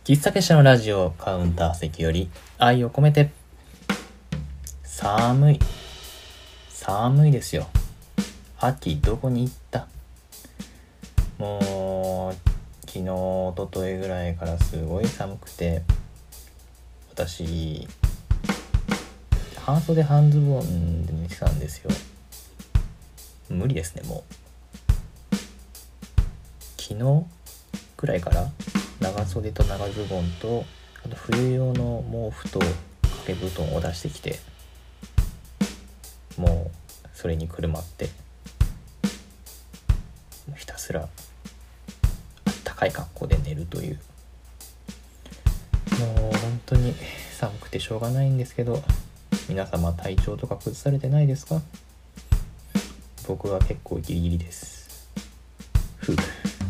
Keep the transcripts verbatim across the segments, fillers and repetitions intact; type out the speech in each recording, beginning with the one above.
喫茶結社のラジオカウンター席より愛を込めて。寒い寒いですよ。秋どこに行った。もう昨日一昨日ぐらいからすごい寒くて、私半袖半ズボンで寝てたんですよ。無理ですね。もう昨日くらいから長袖と長ズボンと、あと冬用の毛布と掛け布団を出してきて、もうそれにくるまってひたすら高い格好で寝るという、もう本当に寒くてしょうがないんですけど、皆様体調とか崩されてないですか？僕は結構ギリギリです。ふう。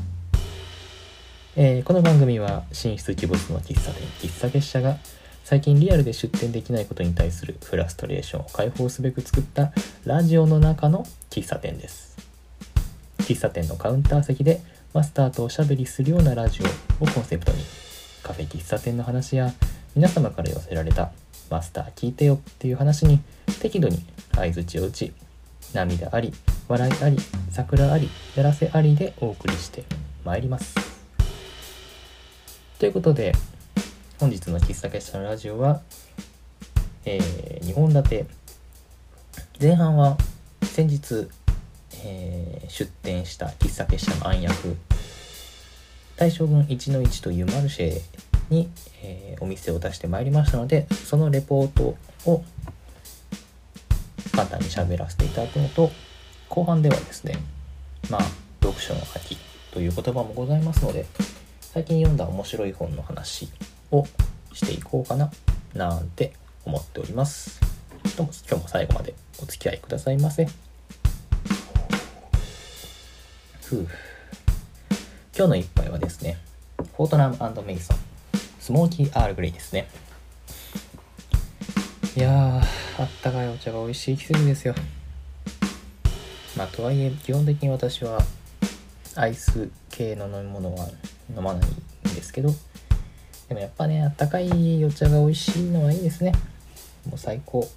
えー、この番組は神出鬼没の喫茶店喫茶結社が最近リアルで出店できないことに対するフラストレーションを解放すべく作ったラジオの中の喫茶店です。喫茶店のカウンター席でマスターとおしゃべりするようなラジオをコンセプトに、カフェ喫茶店の話や皆様から寄せられたマスター聞いてよっていう話に適度に相槌を打ち、涙あり笑いあり桜ありやらせありでお送りしてまいります。ということで本日の喫茶結社のラジオは、えー、にほん立て。前半は先日、えー、出店した喫茶結社の暗躍大将軍いちのいちというマルシェに、えー、お店を出してまいりましたので、そのレポートを簡単に喋らせていただくのと、後半ではですね、まあ読書の秋という言葉もございますので、最近読んだ面白い本の話をしていこうかななんて思っております。どうも今日も最後までお付き合いくださいませ。ふう。今日の一杯はですね、フォートナム&メイソンスモーキーアールグレイですね。いやー、あったかいお茶が美味しい季節ですよ。まあとはいえ基本的に私はアイス系の飲み物は飲まないんですけど、でもやっぱね、あったかいお茶が美味しいのはいいですね。もう最高。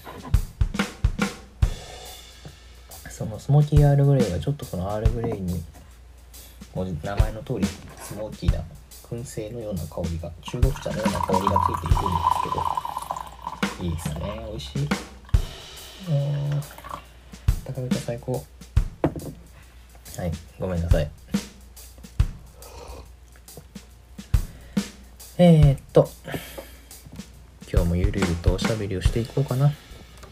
そのスモーキーアールグレイはちょっとそのアールグレイにもう名前の通りスモーキーな燻製のような香りが、中国茶のような香りがついているんですけど、いいですね、美味しい。うーん、高いお茶最高。はい、ごめんなさい。えー、っと今日もゆるゆるとおしゃべりをしていこうかな。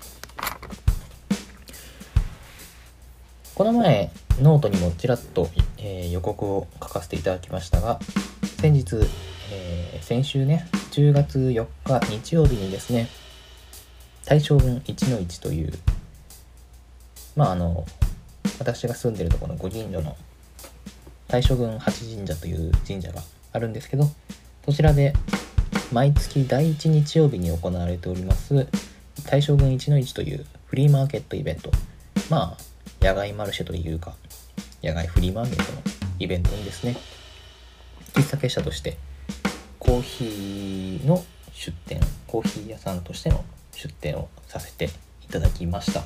この前ノートにもちらっと、えー、予告を書かせていただきましたが、先日、えー、先週ねじゅうがつよっか日曜日にですね、大将軍いちのいちという、まああの私が住んでるところのご近所の大将軍八神社という神社があるんですけど、そちらで毎月だいいち日曜日に行われております大将軍いちのいちというフリーマーケットイベント、まあ野外マルシェというか野外フリーマーケットのイベントにですね、喫茶結社としてコーヒーの出店、コーヒー屋さんとしての出店をさせていただきました。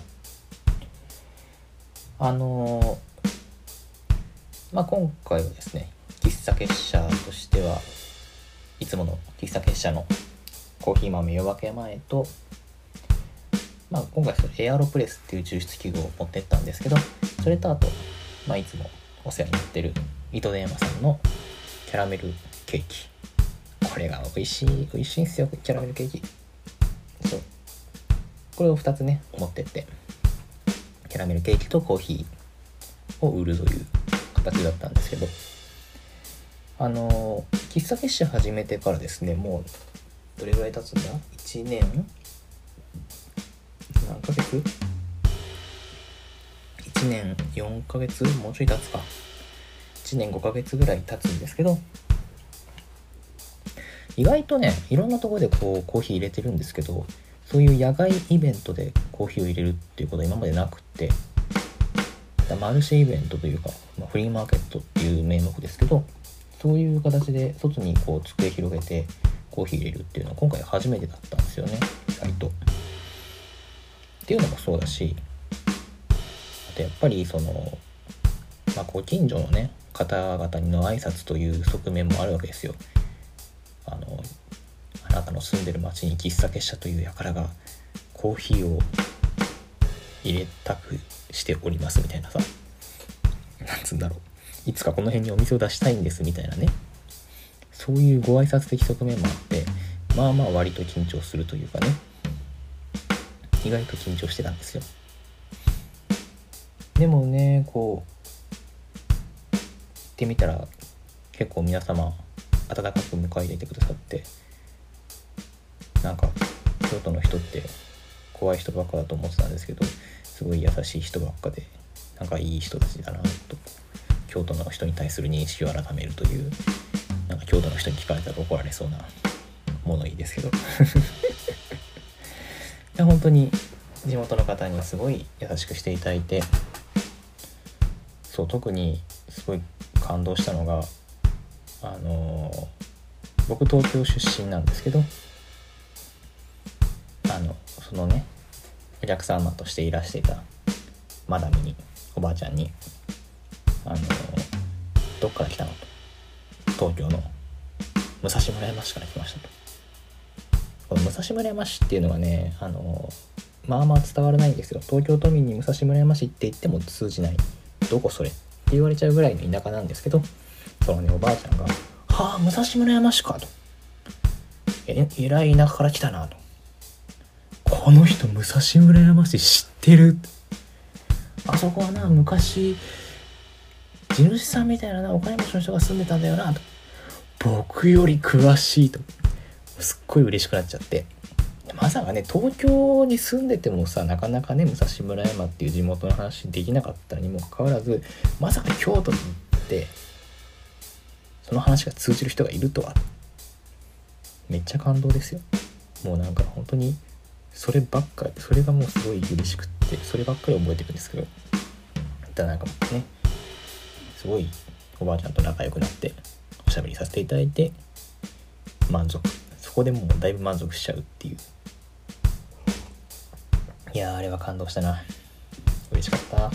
あのー、まあ今回はですね、喫茶結社としてはいつもの喫茶結社のコーヒー豆夜明け前と、まあ、今回それエアロプレスっていう抽出器具を持ってったんですけど、それとあと、まあ、いつもお世話になってる糸電話さんのキャラメルケーキ、これが美味しい美味しいんですよ、キャラメルケーキ。そう、これをふたつね持ってって、キャラメルケーキとコーヒーを売るという形だったんですけど、あのー、喫茶結社始めてからですね、もうどれぐらい経つんだ、いちねん何ヶ月 ?いち 年よんかげつ、もうちょい経つか、いちねんごかげつぐらい経つんですけど、意外とねいろんなところでこうコーヒー入れてるんですけど、そういう野外イベントでコーヒーを入れるっていうことは今までなくって、マルシェイベントというか、まあ、フリーマーケットっていう名目ですけど、 そういう形で外にこう机広げてコーヒー入れるっていうのは今回初めてだったんですよね、意外と。っていうのもそうだし、あとやっぱりその、まあ、ご近所のね方々の挨拶という側面もあるわけですよ。あのあなたの住んでる町に喫茶結社という輩がコーヒーを入れたくしておりますみたいなさ、なんつうんだろう、いつかこの辺にお店を出したいんですみたいなね、そういうご挨拶的側面もあって、まあまあ割と緊張するというかね、意外と緊張してたんですよ。でもね、こう行ってみたら結構皆様温かく迎え入れてくださって、なんか京都の人って怖い人ばっかだと思ってたんですけど、すごい優しい人ばっかで、なんかいい人たちだなと、京都の人に対する認識を改めるという、なんか京都の人に聞かれたら怒られそうな物言いですけどで本当に地元の方にすごい優しくしていただいて、そう、特にすごい感動したのが、あのー、僕東京出身なんですけど、あのそのねお客様としていらしていたマダムに、おばあちゃんに、あのどっから来たのと、東京の武蔵村山市から来ましたと。この武蔵村山市っていうのはね、あのまあまあ伝わらないんですよ。東京都民に武蔵村山市って言っても通じない、どこそれって言われちゃうぐらいの田舎なんですけど、そのねおばあちゃんが、はあ武蔵村山市かと、ええらい田舎から来たなと、この人武蔵村山市知ってる、あそこはな昔地主さんみたいななお金持ちの人が住んでたんだよなと、僕より詳しいと、すっごい嬉しくなっちゃって、まさかね東京に住んでてもさ、なかなかね武蔵村山っていう地元の話できなかったにもかかわらず、まさか京都に行ってその話が通じる人がいるとは、めっちゃ感動ですよ。もうなんか本当にそればっかり、それがもうすごい嬉しくって、そればっかり覚えてるんですけど、だなんかねすごいおばあちゃんと仲良くなっておしゃべりさせていただいて満足、そこでもうだいぶ満足しちゃうっていう。いやーあれは感動したな、嬉しかった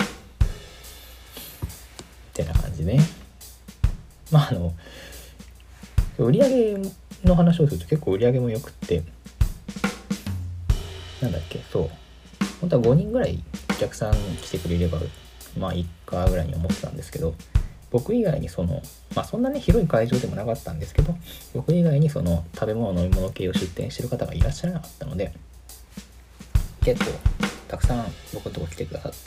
ってな感じね。まああの売り上げの話をすると結構売り上げもよくって、なんだっけ、そう本当はごにんぐらいお客さん来てくれればまあいっかぐらいに思ってたんですけど、僕以外にそのまあそんなね広い会場でもなかったんですけど、僕以外にその食べ物飲み物系を出店してる方がいらっしゃらなかったので、結構たくさん僕のとこ来てくださって、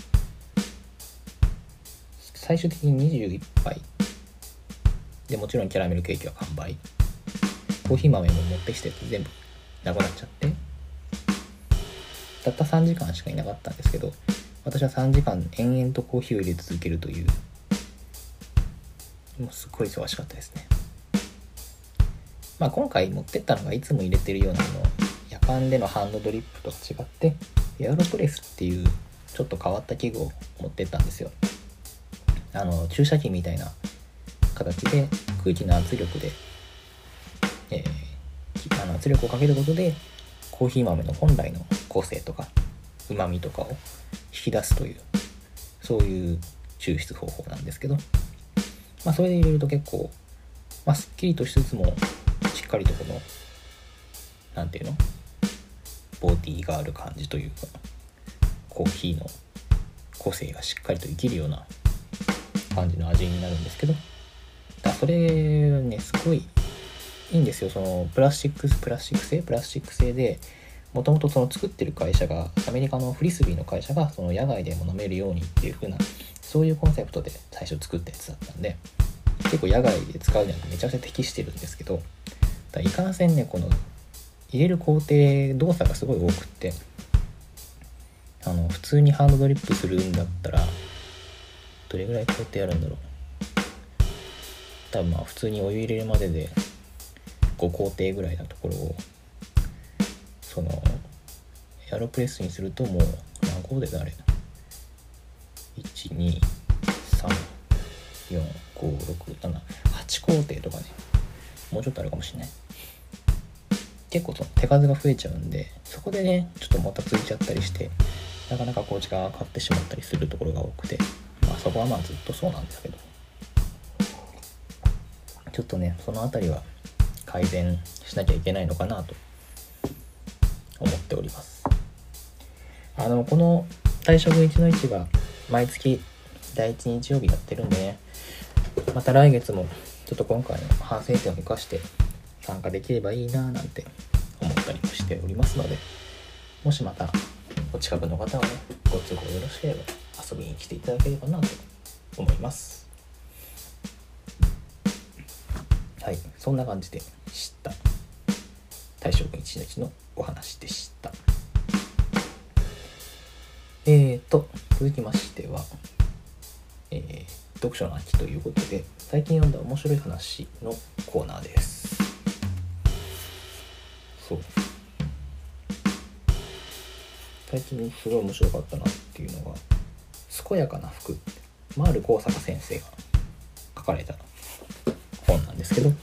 最終的ににじゅういっぱいで、もちろんキャラメルケーキは完売、コーヒー豆も持ってきて全部なくなっちゃって、たったさんじかんしかいなかったんですけど、私はさんじかん延々とコーヒーを入れ続けるという、もうすっごい忙しかったですね。まあ今回持ってったのがいつも入れてるようなあの夜間でのハンドドリップとは違ってエアロプレスっていうちょっと変わった器具を持ってったんですよ。あの注射器みたいな形で空気の圧力で、えー、あの圧力をかけることでコーヒー豆の本来の個性とか旨味とかを引き出すという、そういう抽出方法なんですけど、まあそれで入れると結構、まあ、すっきりとしつつもしっかりとこのなんていうのボディがある感じというか、コーヒーの個性がしっかりと生きるような感じの味になるんですけど、だそれねすごいいいんですよ。そのプラスチックプラスチック製プラスチック製で、もともとその作ってる会社がアメリカのフリスビーの会社がその野外でも飲めるようにっていう風な、そういうコンセプトで最初作ったやつだったんで、結構野外で使うにはめちゃくちゃ適してるんですけど、だいかんせんねこの入れる工程動作がすごい多くって、あの普通にハンドドリップするんだったらどれぐらい工程やるんだろう、多分まあ普通にお湯入れるまででご工程ぐらいなところを、そのエアロプレスにするともう何工程だあれ、いち、に、さん、よん、ご、ろく、なな、ははちこうていとかね、もうちょっとあるかもしれない。結構その手数が増えちゃうんで、そこでねちょっともたついちゃったりして、なかなかこう時間がかかってしまったりするところが多くて、まあそこはまあずっとそうなんですけど、ちょっとねそのあたりは改善しなきゃいけないのかなと思っております。あのこの大将軍一の市が毎月だいいち日曜日やってるんでね、また来月もちょっと今回の反省点を生かして参加できればいいななんて思ったりもしておりますので、もしまたお近くの方はねご都合よろしければ遊びに来ていただければなと思います。はい、そんな感じで知った大将軍一の市のお話でした。えーと続きましては、えー、読書の秋ということで最近読んだ面白い話のコーナーです。そう最近すごい面白かったなっていうのが、健やかな服、丸高坂先生が書かれた本なんですけど、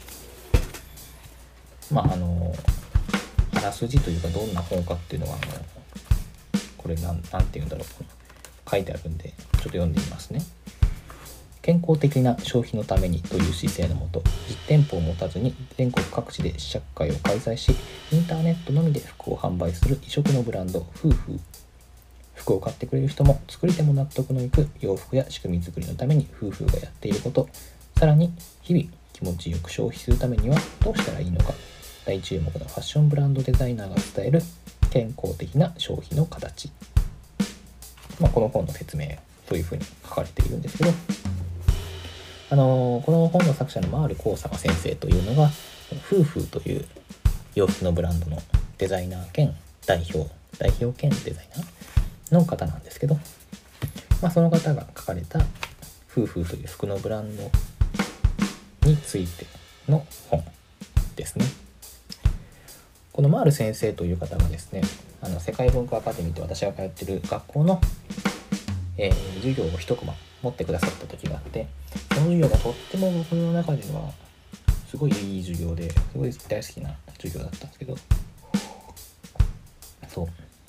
まああのあらすじというかどんな本かっていうのはあのこれなんなんていうんだろう、書いてあるんでちょっと読んでみますね。健康的な消費のためにという姿勢のもと、実店舗を持たずに全国各地で試着会を開催し、インターネットのみで服を販売する異色のブランドフーフー。服を買ってくれる人も作り手も納得のいく洋服や仕組み作りのためにフーフーがやっていること、さらに日々気持ちよく消費するためにはどうしたらいいのか、大注目のファッションブランドデザイナーが伝える健康的な消費の形。まあ、この本の説明というふうに書かれているんですけど、あのー、この本の作者の丸高坂先生というのがフーフーという洋服のブランドのデザイナー兼代表代表兼デザイナーの方なんですけど、まあ、その方が書かれたフーフーという服のブランドについての本ですね。この丸先生という方がですね、あの世界文化アカデミーと私が通っている学校の、えー、授業を一コマ持ってくださった時があって、その授業がとっても僕の中ではすごいいい授業ですごい大好きな授業だったんですけど、そう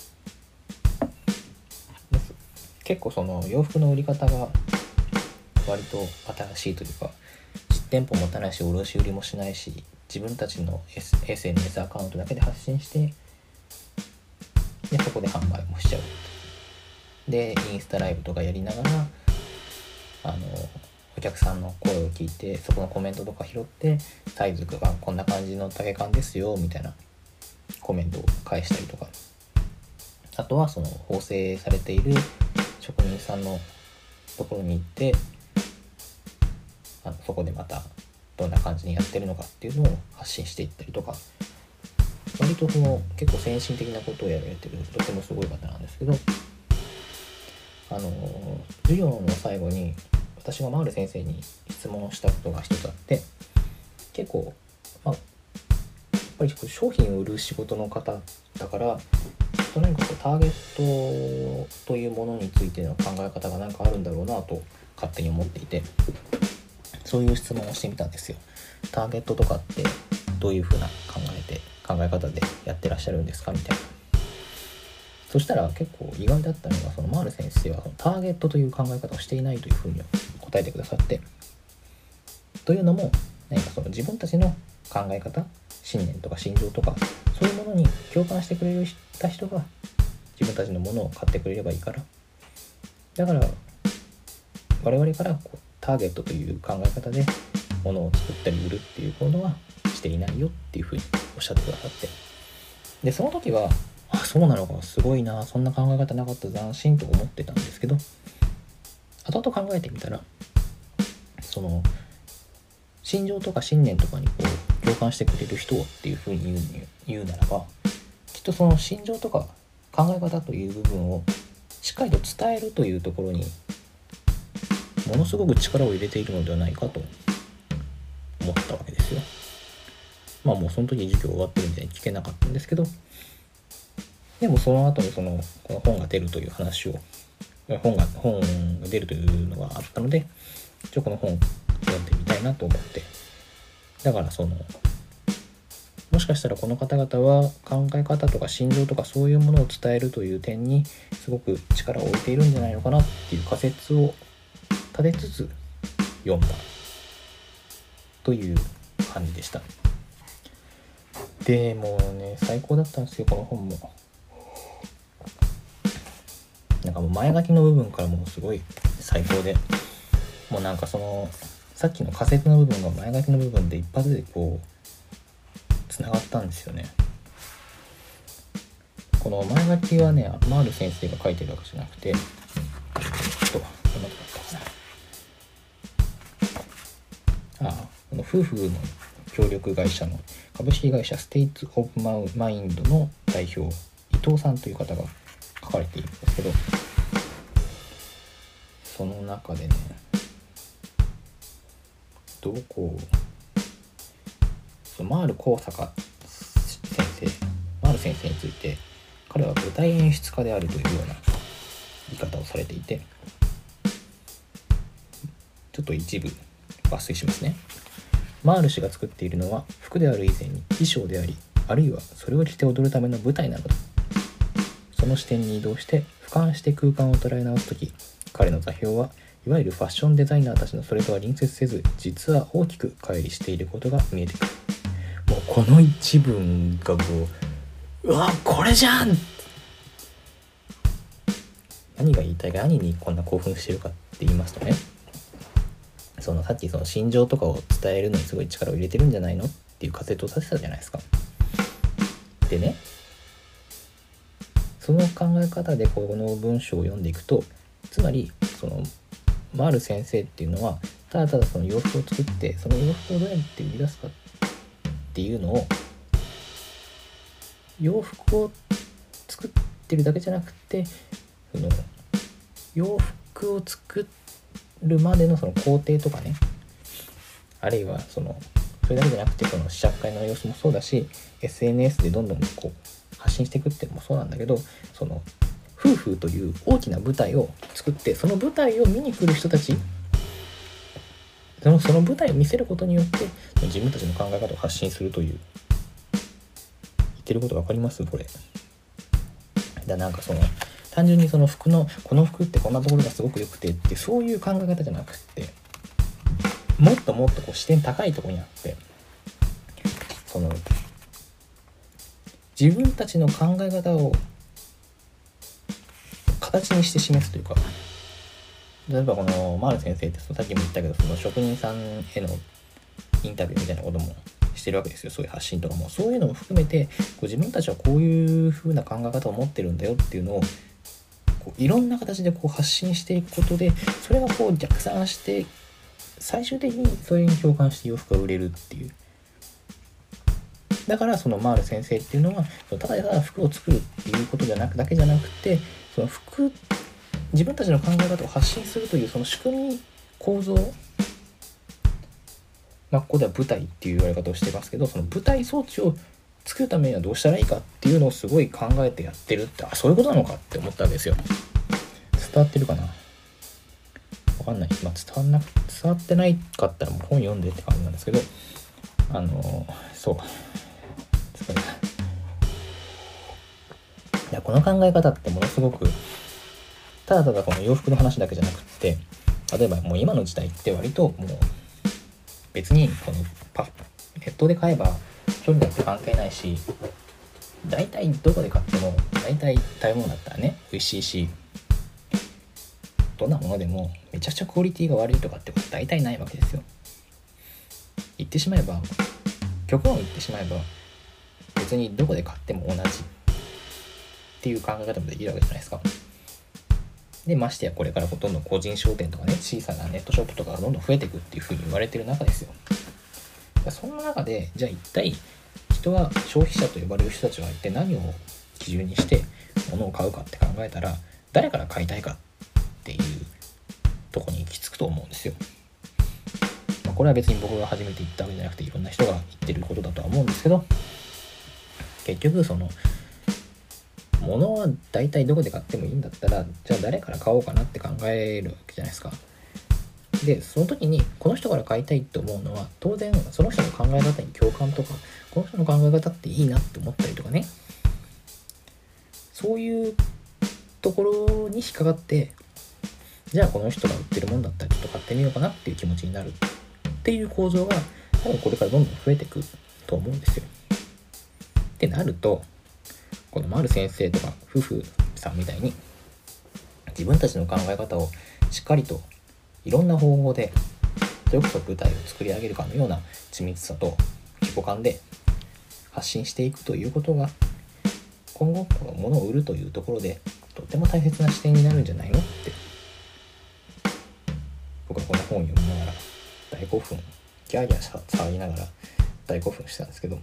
結構その洋服の売り方が割と新しいというか、実店舗持たないし卸売りもしないし、自分たちの エスエヌエス アカウントだけで発信して、でそこで販売もしちゃう。でインスタライブとかやりながらあのお客さんの声を聞いて、そこのコメントとか拾って、サイズがこんな感じの丈感ですよみたいなコメントを返したりとか、あとはその縫製されている職人さんのところに行って、あのそこでまたどんな感じにやってるのかっていうのを発信していったりとか、割とその結構先進的なことをやられてるとてもすごい方なんですけど、あの授業の最後に私が丸先生に質問したことが一つあって、結構、まあ、やっぱり商品を売る仕事の方だから、何かこうターゲットというものについての考え方が何かあるんだろうなと勝手に思っていて、そういう質問をしてみたんですよ。ターゲットとかってどういうふうな考えて考え方でやってらっしゃるんですかみたいな。そしたら結構意外だったのが、その丸先生はターゲットという考え方をしていないというふうに答えてくださって、というのも何かその自分たちの考え方、信念とか心情とかそういうものに共感してくれた人が自分たちのものを買ってくれればいいから、だから我々からこうターゲットという考え方で物を作ったり売るっていうことはしていないよっていうふうにおっしゃってくださって、でその時はあそうなのか、すごいな、そんな考え方なかった、斬新と思ってたんですけど、後々考えてみたら、その心情とか信念とかにこう共感してくれる人っていうふうに言うに言うならば、きっとその心情とか考え方という部分をしっかりと伝えるというところにものすごく力を入れているのではないかと思ったわけですよ。まあもうその時授業終わってるみたいに聞けなかったんですけど、でもその後にそのこの本が出るという話を本が本が出るというのがあったので、一応この本を読んでみたいなと思って、だからそのもしかしたらこの方々は考え方とか心情とかそういうものを伝えるという点にすごく力を置いているんじゃないのかなっていう仮説を立てつつ読んだという感じでした。でもうね最高だったんですよこの本も。なんかもう前書きの部分からもうすごい最高で、もうなんかそのさっきの仮説の部分が前書きの部分で一発でこうつながったんですよね。この前書きはねマール先生が書いてるわけじゃなくて、ちょっとどんなとこだったかなあこの夫婦の協力会社の株式会社ステイツオブマインドの代表伊藤さんという方が書かれているんですけど、その中でねどうこうマール高坂先生マール先生について、彼は舞台演出家であるというような言い方をされていて、ちょっと一部抜粋しますね。マール氏が作っているのは服である以前に衣装であり、あるいはそれを着て踊るための舞台なのだ。その視点に移動して俯瞰して空間を捉え直すとき、彼の座標はいわゆるファッションデザイナーたちのそれとは隣接せず、実は大きく乖離していることが見えてくる。もうこの一文がもう、うわこれじゃん、何が言いたいか、何にこんな興奮してるかって言いますとね、そのさっきその心情とかを伝えるのにすごい力を入れてるんじゃないのっていう仮説を立てたじゃないですか。でね、その考え方でこの文章を読んでいくと、つまりそのマール先生っていうのはただただその洋服を作って、その洋服をどうやって売り出すかっていうのを、洋服を作ってるだけじゃなくて、その洋服を作るまでのその工程とかね、あるいはそのそれだけじゃなくてその試写会の様子もそうだし、 エスエヌエス でどんどんこう発信していくっていうのもそうなんだけど、その夫婦という大きな舞台を作って、その舞台を見に来る人たち、その、その舞台を見せることによって自分たちの考え方を発信するという、言ってること分かりますこれ。だなんかその単純にその服のこの服ってこんなところがすごく良くてってそういう考え方じゃなくって、もっともっとこう視点高いところにあって、その自分たちの考え方を形にして示すというか、例えばこのマール先生ってそのさっきも言ったけど、その職人さんへのインタビューみたいなこともしてるわけですよ。そういう発信とかも、そういうのも含めてこう自分たちはこういう風な考え方を持ってるんだよっていうのをこういろんな形でこう発信していくことで、それがこう逆算して最終的にそれに共感して洋服が売れるっていう。だからそのマール先生っていうのはただただ服を作るっていうことじゃなくだけじゃなくて、その服自分たちの考え方を発信するというその仕組み構造、まあ、ここでは舞台っていう言われ方をしてますけど、その舞台装置を作るためにはどうしたらいいかっていうのをすごい考えてやってるって、あそういうことなのかって思ったわけですよ。伝わってるかな、わかんない、まあ、伝わんな伝わってないかったらもう本読んでって感じなんですけど、あのー、そう疲れた。いやこの考え方ってものすごくただただこの洋服の話だけじゃなくって、例えばもう今の時代って割ともう別にこのパネットで買えば距離だって関係ないし、大体どこで買っても大体食べ物だったらね美味しいし、どんなものでもめちゃくちゃクオリティが悪いとかってこと大体ないわけですよ。言ってしまえば極論言ってしまえば別にどこで買っても同じっていう考え方もできるわけじゃないですか。でましてやこれからほとんど個人商店とかね、小さなネットショップとかがどんどん増えていくっていうふうに言われてる中ですよ。そんな中でじゃあ一体人は消費者と呼ばれる人たちは一体何を基準にして物を買うかって考えたら、誰から買いたいかっていうとこに行き着くと思うんですよ。まあ、これは別に僕が初めて言ったわけじゃなくていろんな人が言ってることだとは思うんですけど、結局その物は大体どこで買ってもいいんだったら、じゃあ誰から買おうかなって考えるわけじゃないですか。 でその時にこの人から買いたいと思うのは、当然その人の考え方に共感とか、この人の考え方っていいなって思ったりとかね、そういうところに引っかかって、じゃあこの人が売ってるもんだったらちょっと買ってみようかなっていう気持ちになるっていう構造が多分これからどんどん増えていくと思うんですよ。ってなると、この丸先生とか夫婦さんみたいに自分たちの考え方をしっかりといろんな方法で、それこそ舞台を作り上げるかのような緻密さと規模感で発信していくということが、今後この物を売るというところでとても大切な視点になるんじゃないのって、僕はこの本を読みながら大興奮、ギャーギャー騒ぎながら大興奮したんですけど、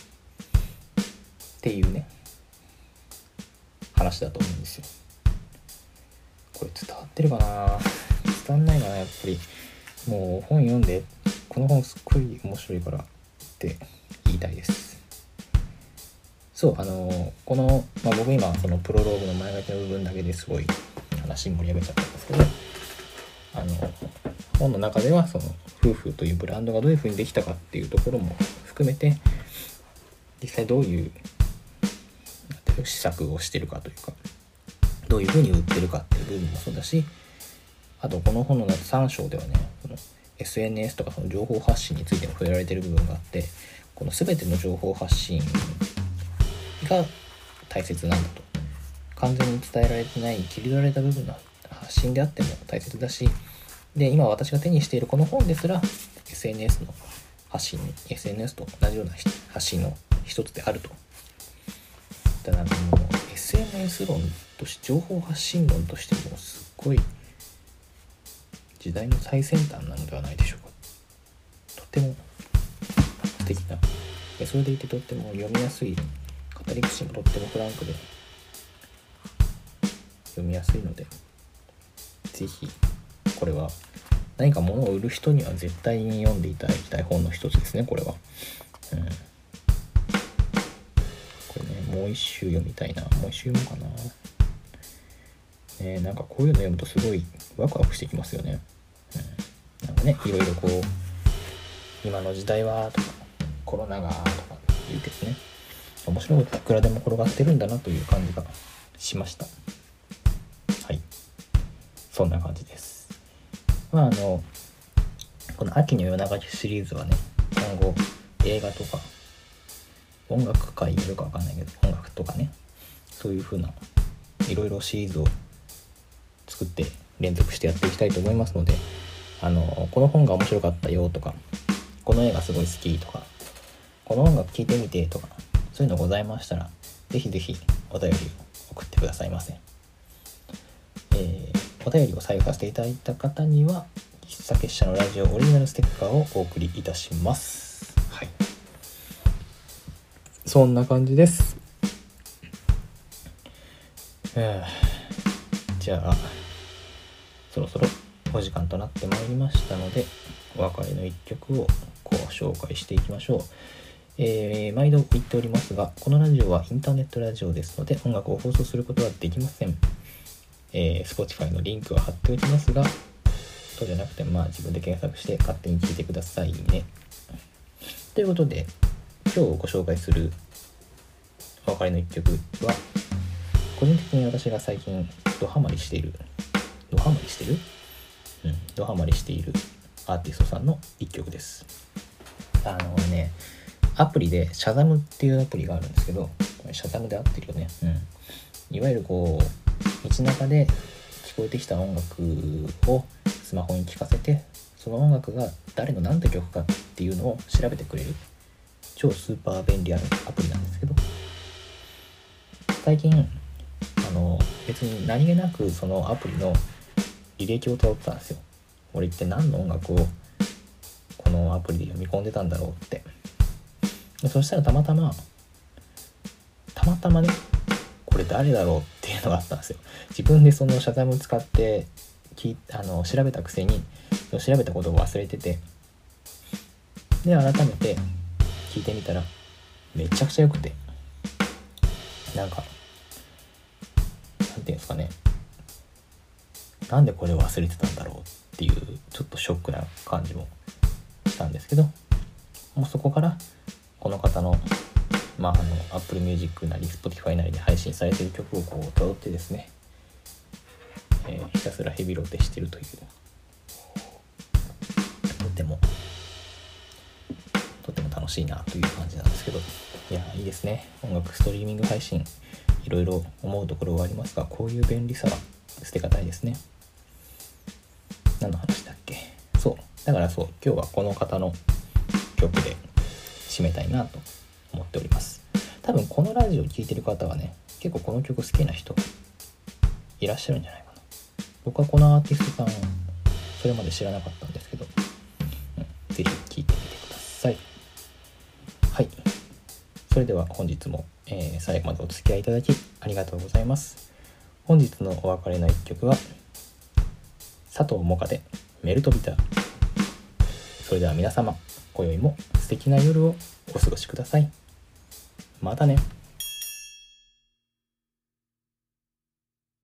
っていうね話だと思うんですよ。これ伝わってるかな、伝わんないかな。やっぱりもう本読んで、この本すっごい面白いからって言いたいです。そう、あのこの、まあ、僕今そのプロローグの前書きの部分だけですごい話盛り上げちゃったんですけど、あの本の中ではその夫婦というブランドがどういうふうにできたかっていうところも含めて、実際どういう施策をしてるかというか、どういうふうに売ってるかっていう部分もそうだし、あとこの本のさん章ではね、その エスエヌエス とかその情報発信についても触れられている部分があって、この全ての情報発信が大切なんだと、完全に伝えられてない切り取られた部分の発信であっても大切だし、で今私が手にしているこの本ですら エスエヌエス の発信 エスエヌエス と同じような発信の一つであると。だからもう エスエヌエス 論として、情報発信論としてもすっごい時代の最先端なのではないでしょうか。とても素敵な、それでいてとっても読みやすい、語り口もとってもフランクで読みやすいので、ぜひこれは何か物を売る人には絶対に読んでいただきたい本の一つですね、これは。うん、これね、もう一周読みたいな。もう一周読もうかな。ね、なんかこういうの読むとすごいワクワクしてきますよね。うん、なんかね、いろいろこう今の時代はとかコロナがとか言うけどね、面白いこといくらでも転がってるんだなという感じがしました。はい、そんな感じです。まああのこの秋の夜長シリーズはね、今後映画とか音楽界やるかわかんないけど、音楽とかね、そういう風ないろいろシリーズを作って連続してやっていきたいと思いますので、あのこの本が面白かったよとか、この映画すごい好きとか、この音楽聴いてみてとか、そういうのございましたらぜひぜひお便りを送ってくださいませ。えー、お便りを採用させていただいた方には喫茶結社のラジオオリジナルステッカーをお送りいたします。はい、そんな感じです。えー、じゃあそろそろお時間となってまいりましたので、お別れの一曲をご紹介していきましょう。えー、毎度言っておりますが、このラジオはインターネットラジオですので音楽を放送することはできません。えー、Spotify のリンクは貼っておきますが、そうじゃなくてまあ自分で検索して勝手に聞いてくださいね。ということで、今日ご紹介するお別れの一曲は、個人的に私が最近ドハマりしているドハマりしてるうんドハマりしているアーティストさんの一曲です。あのね、アプリでシャザムっていうアプリがあるんですけど、これシャザムで合ってるよね。うん。いわゆるこう道中で聞こえてきた音楽をスマホに聞かせて、その音楽が誰の何て曲かっていうのを調べてくれる超スーパー便利なアプリなんですけど、最近あの別に何気なくそのアプリの履歴をたどってたんですよ。俺って何の音楽をこのアプリで読み込んでたんだろうって。でそしたらたまたまたまたまね、これ誰だろうっていうのがあったんですよ。自分でそのシャザム使ってきあの調べたくせに調べたことを忘れてて、で改めて聞いてみたらめちゃくちゃ良くて、なんかなんていうんですかね、なんでこれを忘れてたんだろうっっていうちょっとショックな感じもしたんですけど、もうそこからこの方のまああの Apple Music なり Spotify なりで配信されている曲をこう辿ってですね、えー、ひたすらヘビロテしてるという、とてもとても楽しいなという感じなんですけど、いやいいですね。音楽ストリーミング配信いろいろ思うところはありますが、こういう便利さは捨てがたいですね。何の話だっけ。そうだからそう今日はこの方の曲で締めたいなと思っております。多分このラジオ聴いてる方はね、結構この曲好きな人いらっしゃるんじゃないかな。僕はこのアーティストさんそれまで知らなかったんですけど、うん、ぜひ聴いてみてください。はい、それでは本日も、えー、最後までお付き合いいただきありがとうございます。本日のお別れの一曲は佐藤萌歌でメルトビター。それでは皆様、今宵も素敵な夜をお過ごしください。またね。